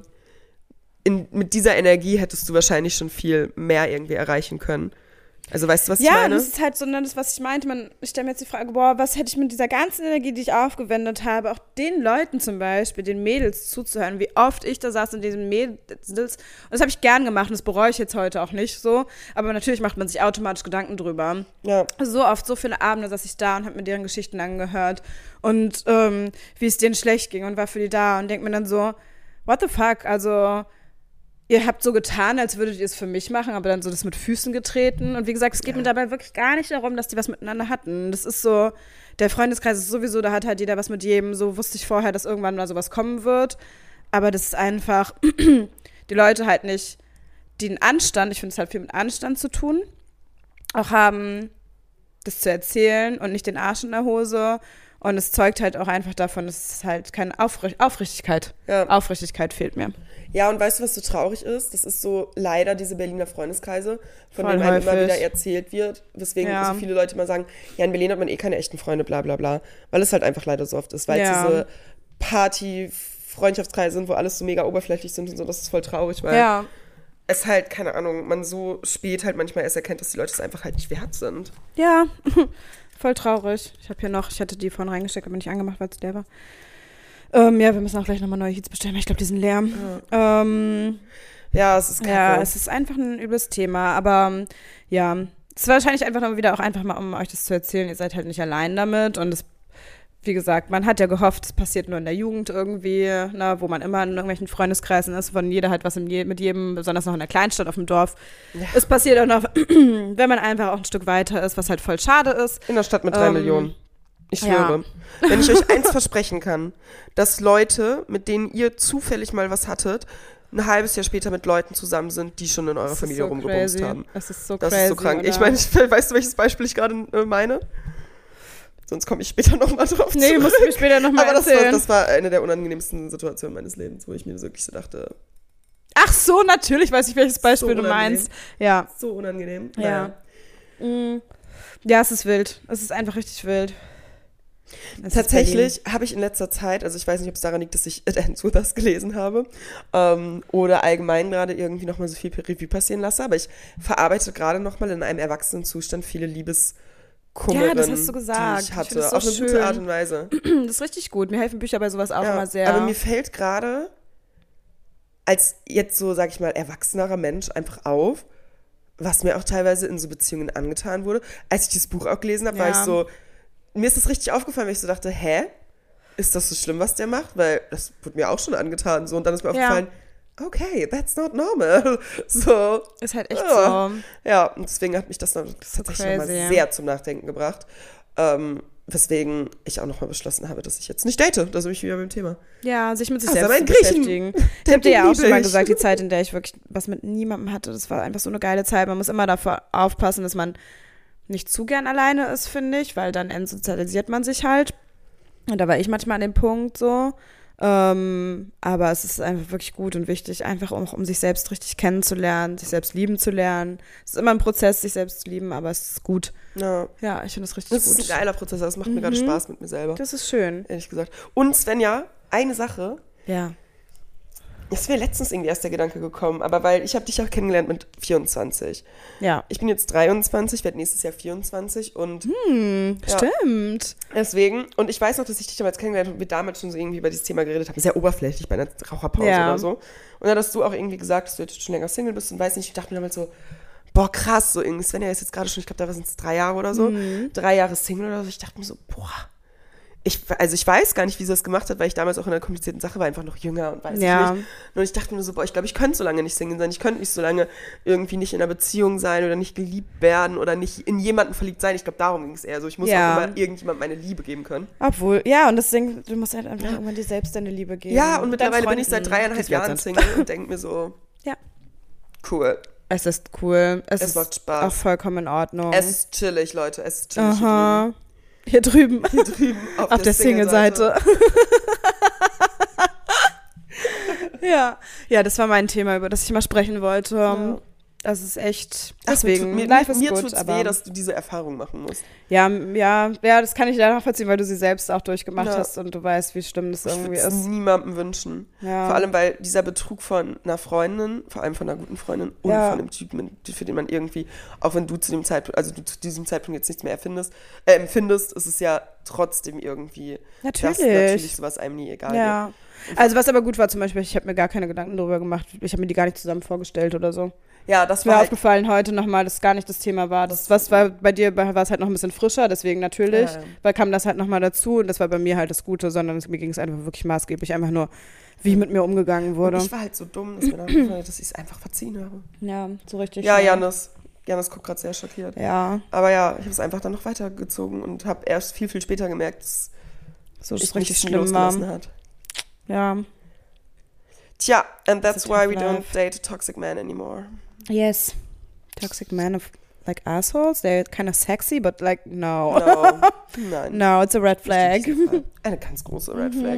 mit dieser Energie hättest du wahrscheinlich schon viel mehr irgendwie erreichen können. Also weißt du, was ich Ja, meine? das ist halt so das, was ich meinte. Ich stelle mir jetzt die Frage, boah, was hätte ich mit dieser ganzen Energie, die ich aufgewendet habe, auch den Leuten zum Beispiel, den Mädels zuzuhören, wie oft ich da saß in diesen Mädels. Und das habe ich gern gemacht und das bereue ich jetzt heute auch nicht so. Aber natürlich macht man sich automatisch Gedanken drüber. Ja. So oft, so viele Abende saß ich da und habe mir deren Geschichten angehört und wie es denen schlecht ging und war für die da und denke mir dann so, what the fuck, also ihr habt so getan, als würdet ihr es für mich machen, aber dann so das mit Füßen getreten. Und wie gesagt, es geht mir dabei wirklich gar nicht darum, dass die was miteinander hatten. Das ist so, der Freundeskreis ist sowieso, da hat halt jeder was mit jedem. So wusste ich vorher, dass irgendwann mal sowas kommen wird. Aber das ist einfach, die Leute halt nicht den Anstand, ich finde es halt viel mit Anstand zu tun, auch haben, das zu erzählen und nicht den Arsch in der Hose. Und es zeugt halt auch einfach davon, dass es halt keine Aufrichtigkeit. Ja. Aufrichtigkeit fehlt mir. Ja, und weißt du, was so traurig ist? Das ist so leider diese Berliner Freundeskreise, von Voll denen einem immer häufig. wieder erzählt wird, weswegen Ja. so viele Leute immer sagen, ja, in Berlin hat man eh keine echten Freunde, bla bla bla, weil es halt einfach leider so oft ist, weil es Ja. diese Party-Freundschaftskreise sind, wo alles so mega oberflächlich sind und so, das ist voll traurig, weil Ja. es halt, keine Ahnung, man so spät halt manchmal erst erkennt, dass die Leute es einfach halt nicht wert sind. Ja, voll traurig. Ich hatte die vorhin reingesteckt, aber nicht angemacht, weil es leer war. Ja, wir müssen auch gleich nochmal neue Heats bestellen, weil ich glaube, die sind leer. Ja, es ist kacke. Ja, es ist einfach ein übles Thema, aber ja, es war wahrscheinlich einfach nur wieder auch einfach mal, um euch das zu erzählen, ihr seid halt nicht allein damit und es, wie gesagt, man hat ja gehofft, es passiert nur in der Jugend irgendwie, ne, wo man immer in irgendwelchen Freundeskreisen ist, von jeder halt was mit jedem, besonders noch in der Kleinstadt auf dem Dorf. Ja. Es passiert auch noch, wenn man einfach auch ein Stück weiter ist, was halt voll schade ist. In der Stadt mit 3 Millionen. Ich schwöre. Ja. Wenn ich euch eins versprechen kann, dass Leute, mit denen ihr zufällig mal was hattet, ein halbes Jahr später mit Leuten zusammen sind, die schon in eurer Familie rumgebumst haben. Das ist so das crazy. Das ist so krank. Oder? Ich meine, weißt du, welches Beispiel ich gerade meine? Sonst komme ich später nochmal drauf Nee, musst du mir später nochmal erzählen. Aber das war eine der unangenehmsten Situationen meines Lebens, wo ich mir wirklich so dachte... Ach so, natürlich weiß ich, welches Beispiel du meinst. Ja. So unangenehm. Ja. Naja. Ja, es ist wild. Es ist einfach richtig wild. Tatsächlich habe ich in letzter Zeit, also ich weiß nicht, ob es daran liegt, dass ich Dance With Us gelesen habe oder allgemein gerade irgendwie nochmal so viel Revue passieren lasse, aber ich verarbeite gerade nochmal in einem erwachsenen Zustand viele Liebeskummerinnen, ja, das hast du gesagt. die ich hatte, das so auf eine schön. gute Art und Weise. Das ist richtig gut. Mir helfen Bücher bei sowas auch immer sehr. Aber mir fällt gerade als jetzt so, sag ich mal, erwachsenerer Mensch einfach auf, was mir auch teilweise in so Beziehungen angetan wurde. Als ich dieses Buch auch gelesen habe, war ich so, mir ist das richtig aufgefallen, weil ich so dachte, hä? Ist das so schlimm, was der macht? Weil das wurde mir auch schon angetan. So, und dann ist mir aufgefallen, okay, that's not normal. So. Ist halt echt so. Ja, und deswegen hat mich das tatsächlich nochmal sehr zum Nachdenken gebracht. Weswegen ich auch nochmal beschlossen habe, dass ich jetzt nicht date. Da bin ich wieder mit dem Thema. Ja, sich mit sich also selbst zu beschäftigen. Ich habe dir ja auch schon mal gesagt, die Zeit, in der ich wirklich was mit niemandem hatte, das war einfach so eine geile Zeit. Man muss immer davor aufpassen, dass man nicht zu gern alleine ist, finde ich, weil dann entsozialisiert man sich halt. Und da war ich manchmal an dem Punkt so. Aber es ist einfach wirklich gut und wichtig, einfach auch um sich selbst richtig kennenzulernen, sich selbst lieben zu lernen. Es ist immer ein Prozess, sich selbst zu lieben, aber es ist gut. Ja, ich finde das richtig gut. Das ist ein geiler Prozess, das macht mir gerade Spaß mit mir selber. Das ist schön. Ehrlich gesagt. Und Svenja, eine Sache. Ja. Ist mir letztens irgendwie erst der Gedanke gekommen, aber weil ich habe dich auch kennengelernt mit 24. Ja. Ich bin jetzt 23, werde nächstes Jahr 24 und Stimmt. Deswegen, und ich weiß noch, dass ich dich damals kennengelernt habe und wir damals schon so irgendwie über dieses Thema geredet haben, sehr oberflächlich bei einer Raucherpause oder so. Und dann hast du auch irgendwie gesagt, dass du jetzt schon länger Single bist und weiß nicht, ich dachte mir damals so, boah, krass, so irgendwie, Svenja ist jetzt gerade schon, ich glaube, da sind es 3 Jahre oder so, 3 Jahre Single oder so. Ich dachte mir so, boah, ich weiß gar nicht, wie sie das gemacht hat, weil ich damals auch in einer komplizierten Sache war, einfach noch jünger und weiß nicht. Und ich dachte mir so, boah, ich glaube, ich könnte so lange nicht Single sein. Ich könnte nicht so lange irgendwie nicht in einer Beziehung sein oder nicht geliebt werden oder nicht in jemanden verliebt sein. Ich glaube, darum ging es eher so. Ich muss auch immer irgendjemandem meine Liebe geben können. Obwohl, ja, und deswegen, du musst halt einfach irgendwann dir selbst deine Liebe geben. Ja, und mittlerweile bin ich seit 3,5 Jahren Single und denke mir so, cool. Es ist cool. Es Es macht ist Spaß. auch vollkommen in Ordnung. Es ist chillig, Leute. Es ist chillig Aha. Hier drüben. hier drüben. Auf der Single-Seite. Ja, das war mein Thema, über das ich mal sprechen wollte. Ja. Das ist echt, Ach, deswegen, mir life is mir good. tut's Aber weh, dass du diese Erfahrung machen musst. ja, das kann ich leider nachvollziehen, weil du sie selbst auch durchgemacht Ja. hast und du weißt, wie schlimm das Ich irgendwie würde es ist. niemandem wünschen. Ja. Vor allem, weil dieser Betrug von einer Freundin, vor allem von einer guten Freundin und Ja. von einem Typen, für den man irgendwie, auch wenn du zu dem Zeitpunkt, also du zu diesem Zeitpunkt jetzt nichts mehr empfindest, ist es ja trotzdem irgendwie, Natürlich. dass natürlich sowas einem nie egal Ja. Also was aber gut war zum Beispiel, ich habe mir gar keine Gedanken darüber gemacht. Ich habe mir die gar nicht zusammen vorgestellt oder so. wird. Ja, das Mir war halt, aufgefallen heute nochmal, dass gar nicht das Thema war. Was war bei dir, war es halt noch ein bisschen frischer, deswegen natürlich, Ja. weil kam das halt nochmal dazu und das war bei mir halt das Gute, sondern mir ging es einfach wirklich maßgeblich einfach nur, wie mit mir umgegangen wurde. ich war halt so dumm, dass, dass ich es einfach verziehen habe. Ja, so richtig. Ja, schnell. Janis guckt gerade sehr schockiert. Ja, Aber ja, ich habe es einfach dann noch weitergezogen und habe erst viel, viel später gemerkt, dass so ist ich es mich richtig nie schlimm losgelassen war. hat. Ja. Tja, and that's a why tough we don't life. date a toxic man anymore. Yes. Toxic men of like assholes, they're kind of sexy, but like no. No, nein. No, it's a red flag. Nicht dieser Fall. Eine ganz große Red Flag.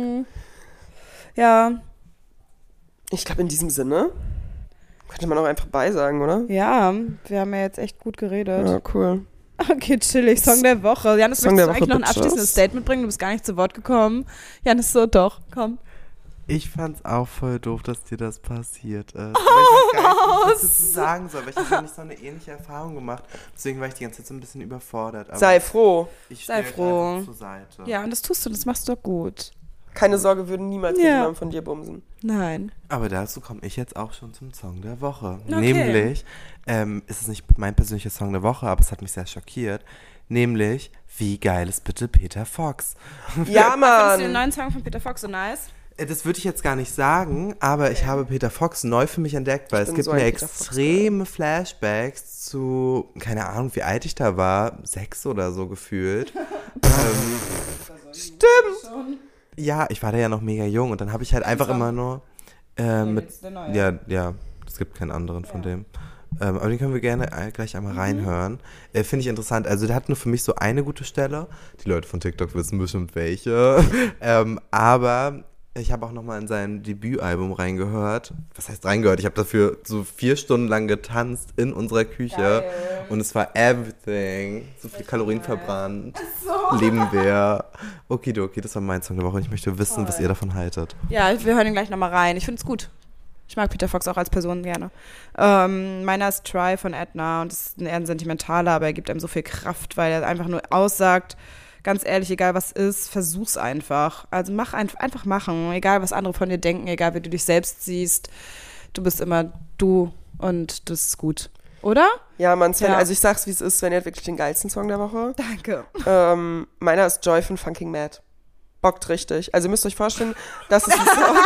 Ja, Ich glaube, in diesem Sinne könnte man auch einfach beisagen, oder? ja, wir haben ja jetzt echt gut geredet. Ja, cool. Okay, chillig. Song der Woche. Janis, Song möchtest der du eigentlich Woche, noch ein Bitches. abschließendes Statement bringen? Du bist gar nicht zu Wort gekommen. Janis, so, doch, komm. Ich fand's auch voll doof, dass dir das passiert ist. Aber ich weiß gar nicht, was ich dazu sagen soll, weil ich habe ja nicht so eine ähnliche Erfahrung gemacht. Deswegen war ich die ganze Zeit so ein bisschen überfordert. Aber Sei froh. ich sei stell froh. einfach zur Seite. Ja, und das tust du, das machst du doch gut. Keine Sorge, würden niemals mit Ja. jemandem von dir bumsen. Nein. Aber dazu komme ich jetzt auch schon zum Song der Woche. Okay. Nämlich, ist es nicht mein persönlicher Song der Woche, aber es hat mich sehr schockiert. Nämlich, wie geil ist bitte Peter Fox? Ja, Findest du den Mann. neuen Song von Peter Fox so nice? Das würde ich jetzt gar nicht sagen, aber ich habe Peter Fox neu für mich entdeckt, weil Ich es bin gibt so mir ein Peter extreme Flashbacks zu, keine Ahnung, wie alt ich da war, 6 oder so gefühlt. Stimmt. Ja, ich war da ja noch mega jung und dann habe ich halt einfach immer nur mit, ja, es gibt keinen anderen von dem. Aber den können wir gerne gleich einmal reinhören. Finde ich interessant. Also der hat nur für mich so eine gute Stelle. Die Leute von TikTok wissen bestimmt welche. Aber ich habe auch nochmal in sein Debütalbum reingehört. Was heißt reingehört? Ich habe dafür so 4 Stunden lang getanzt in unserer Küche. Geil. Und es war everything. So viel Kalorien verbrannt. Lieben wir. Okidoki, das war mein Song der Woche. Und ich möchte wissen, was ihr davon haltet. Ja, wir hören ihn gleich nochmal rein. Ich finde es gut. Ich mag Peter Fox auch als Person gerne. Meiner ist Try von Edna und das ist eher ein sentimentaler, aber er gibt einem so viel Kraft, weil er einfach nur aussagt, ganz ehrlich, egal was ist, versuch's einfach. Also einfach machen, egal was andere von dir denken, egal wie du dich selbst siehst. Du bist immer du und das ist gut. Oder? Ja, Mann, Sven, Ja. also ich sag's, wie es ist. Sven hat wirklich den geilsten Song der Woche. Danke. Meiner ist Joy von Funking Mad. Bockt richtig. Also ihr müsst euch vorstellen, das ist ein Song.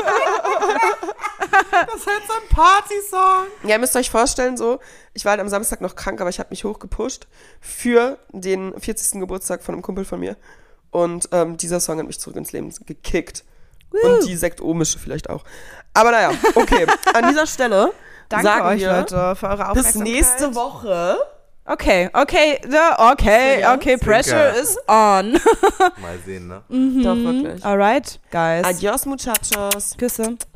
Das ist halt so ein Party-Song. Ja, ihr müsst euch vorstellen, so, ich war halt am Samstag noch krank, aber ich habe mich hochgepusht für den 40. Geburtstag von einem Kumpel von mir. Und dieser Song hat mich zurück ins Leben gekickt. Und die Sektomische vielleicht auch. Aber naja, okay. An dieser Stelle Danke sagen euch, wir Leute, für eure bis Aufmerksamkeit. nächste Woche. Okay, Zwinker. pressure is on. Mal sehen, ne? Doch, wirklich. Alright, guys. Adios, muchachos. Küsse.